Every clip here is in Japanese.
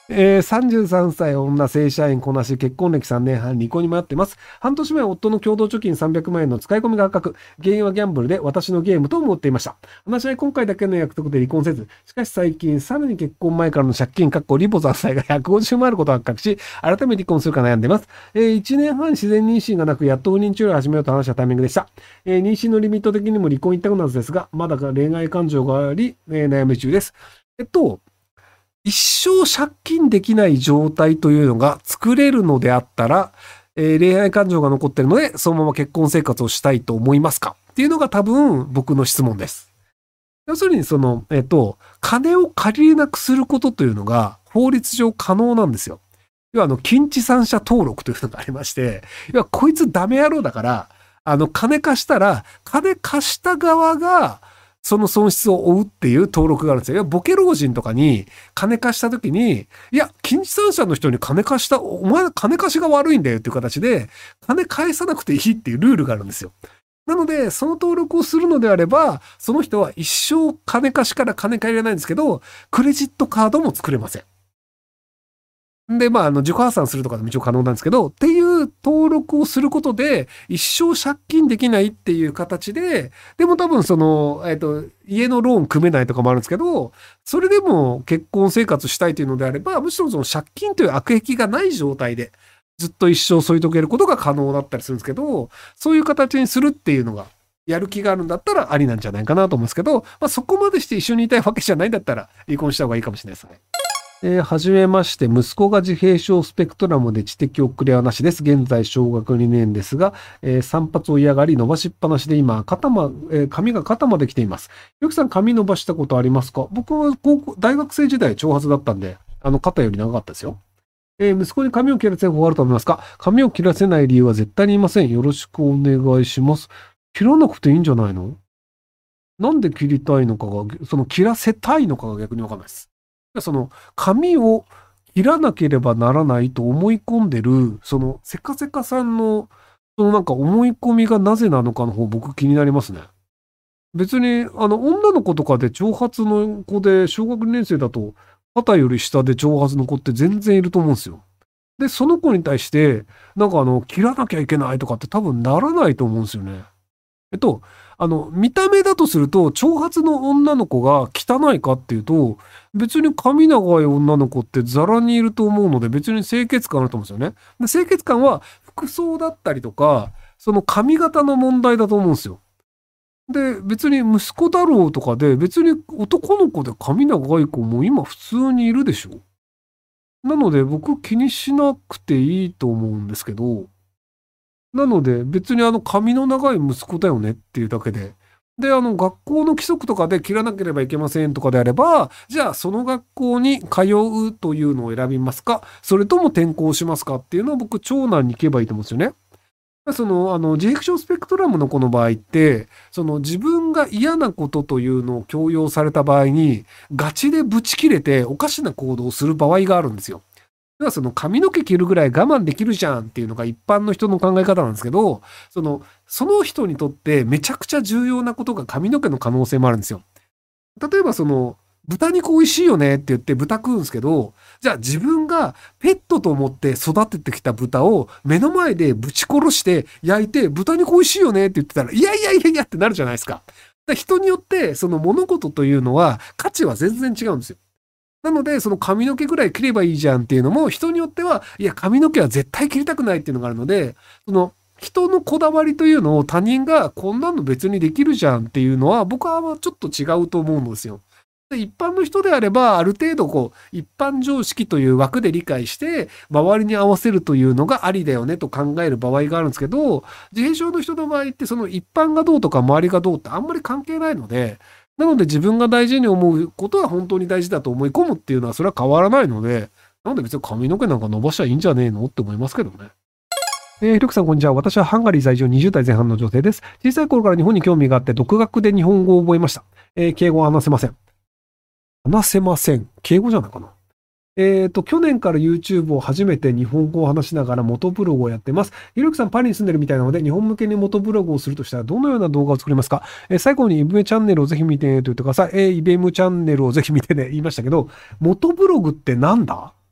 33歳女正社員こなし結婚歴3年半離婚に迷ってます。半年前夫の共同貯金300万円の使い込みが発覚。原因はギャンブルで私のゲームと思っていました。話し合い今回だけの約束で離婚せず、しかし最近さらに結婚前からの借金リボ残債が150万あることが発覚し、改め離婚するか悩んでいます。1年半自然妊娠がなくやっと不妊治療を始めようと話したタイミングでした。妊娠のリミット的にも離婚一択なのですが、まだ恋愛感情があり、悩み中です。一生借金できない状態というのが作れるのであったら、恋愛感情が残ってるので、そのまま結婚生活をしたいと思いますかっていうのが多分僕の質問です。要するに金を借りれなくすることというのが法律上可能なんですよ。要は近地産者登録というのがありまして、要はこいつダメ野郎だから、金貸したら、金貸した側が、その損失を負うっていう登録があるんですよ。ボケ老人とかに金貸した時に、いや、近地産者の人に金貸した、お前金貸しが悪いんだよっていう形で、金返さなくていいっていうルールがあるんですよ。なので、その登録をするのであれば、その人は一生金貸しから金借りれないんですけど、クレジットカードも作れません。で、自己破産するとかでも一応可能なんですけど、っていう登録をすることで、一生借金できないっていう形で、でも多分家のローン組めないとかもあるんですけど、それでも結婚生活したいというのであれば、むしろその借金という悪癖がない状態で、ずっと一生添い遂げることが可能だったりするんですけど、そういう形にするっていうのが、やる気があるんだったらありなんじゃないかなと思うんですけど、そこまでして一緒にいたいわけじゃないんだったら、離婚した方がいいかもしれないですね。はじめまして、息子が自閉症スペクトラムで知的遅れはなしです。現在小学2年ですが、散髪を嫌がり伸ばしっぱなしで今、髪が肩まで来ています。よくさん髪伸ばしたことありますか？僕は大学生時代長髪だったんで、肩より長かったですよ。息子に髪を切らせる方法あると思いますか？髪を切らせない理由は絶対に言いません。よろしくお願いします。切らなくていいんじゃないの？なんで切りたいのかが、切らせたいのかが逆にわかんないです。髪を切らなければならないと思い込んでる、せかせかさんの、思い込みがなぜなのかの方、僕気になりますね。別に、女の子とかで長髪の子で、小学2年生だと、肩より下で長髪の子って全然いると思うんですよ。で、その子に対して、切らなきゃいけないとかって多分ならないと思うんですよね。見た目だとすると、長髪の女の子が汚いかっていうと、別に髪長い女の子ってザラにいると思うので、別に清潔感あると思うんですよね。で、清潔感は服装だったりとか、その髪型の問題だと思うんですよ。で、別に息子だろうとかで、別に男の子で髪長い子も今普通にいるでしょ。なので僕気にしなくていいと思うんですけど、なので、別に髪の長い息子だよねっていうだけで。で、学校の規則とかで切らなければいけませんとかであれば、じゃあその学校に通うというのを選びますか、それとも転校しますかっていうのを僕、長男に行けばいいと思うんですよね。自閉症スペクトラムの子の場合って、自分が嫌なことというのを強要された場合に、ガチでブチ切れておかしな行動をする場合があるんですよ。要は髪の毛切るぐらい我慢できるじゃんっていうのが一般の人の考え方なんですけど、その人にとってめちゃくちゃ重要なことが髪の毛の可能性もあるんですよ。例えば豚肉美味しいよねって言って豚食うんですけど、じゃあ自分がペットと思って育ててきた豚を目の前でぶち殺して焼いて豚肉美味しいよねって言ってたら、いやいやいやいやってなるじゃないですか。人によってその物事というのは価値は全然違うんですよ。なので、その髪の毛ぐらい切ればいいじゃんっていうのも、人によっては、いや、髪の毛は絶対切りたくないっていうのがあるので、人のこだわりというのを他人がこんなの別にできるじゃんっていうのは、僕はちょっと違うと思うんですよ。で、一般の人であれば、ある程度一般常識という枠で理解して、周りに合わせるというのがありだよねと考える場合があるんですけど、自閉症の人の場合って、その一般がどうとか周りがどうってあんまり関係ないので、なので自分が大事に思うことは本当に大事だと思い込むっていうのはそれは変わらないので、なので別に髪の毛なんか伸ばしゃいいんじゃねえのって思いますけどね。ひろきさんこんにちは。私はハンガリー在住20代前半の女性です。小さい頃から日本に興味があって独学で日本語を覚えました。敬語は話せません。話せません。敬語じゃないかな。去年から YouTube を初めて日本語を話しながら元ブログをやってます。ひろゆきさんパリに住んでるみたいなので、日本向けに元ブログをするとしたらどのような動画を作りますか？最後にイブメチャンネルをぜひ見てねと言ってください。イベムチャンネルをぜひ見てね言いましたけど、元ブログってなんだ？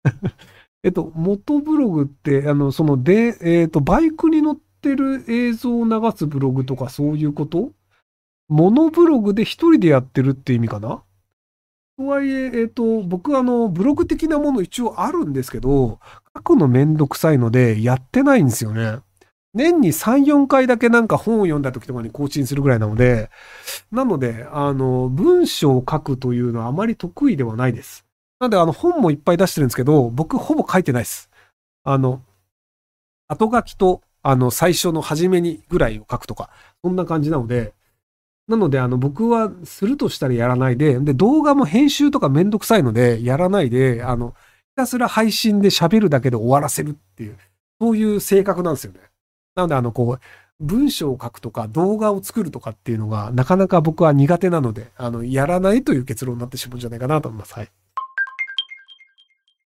元ブログって、そので、バイクに乗ってる映像を流すブログとかそういうこと？モノブログで一人でやってるって意味かな？とはいえ、僕ブログ的なもの一応あるんですけど、書くのめんどくさいので、やってないんですよね。年に3、4回だけなんか本を読んだ時とかに更新するぐらいなので、なので、文章を書くというのはあまり得意ではないです。なんで、本もいっぱい出してるんですけど、僕ほぼ書いてないです。あの、後書きと、最初の初めにぐらいを書くとか、そんな感じなので、僕はするとしたらやらないで、で、動画も編集とかめんどくさいので、やらないで、ひたすら配信で喋るだけで終わらせるっていう、そういう性格なんですよね。なので、文章を書くとか動画を作るとかっていうのが、なかなか僕は苦手なので、やらないという結論になってしまうんじゃないかなと思います。はい。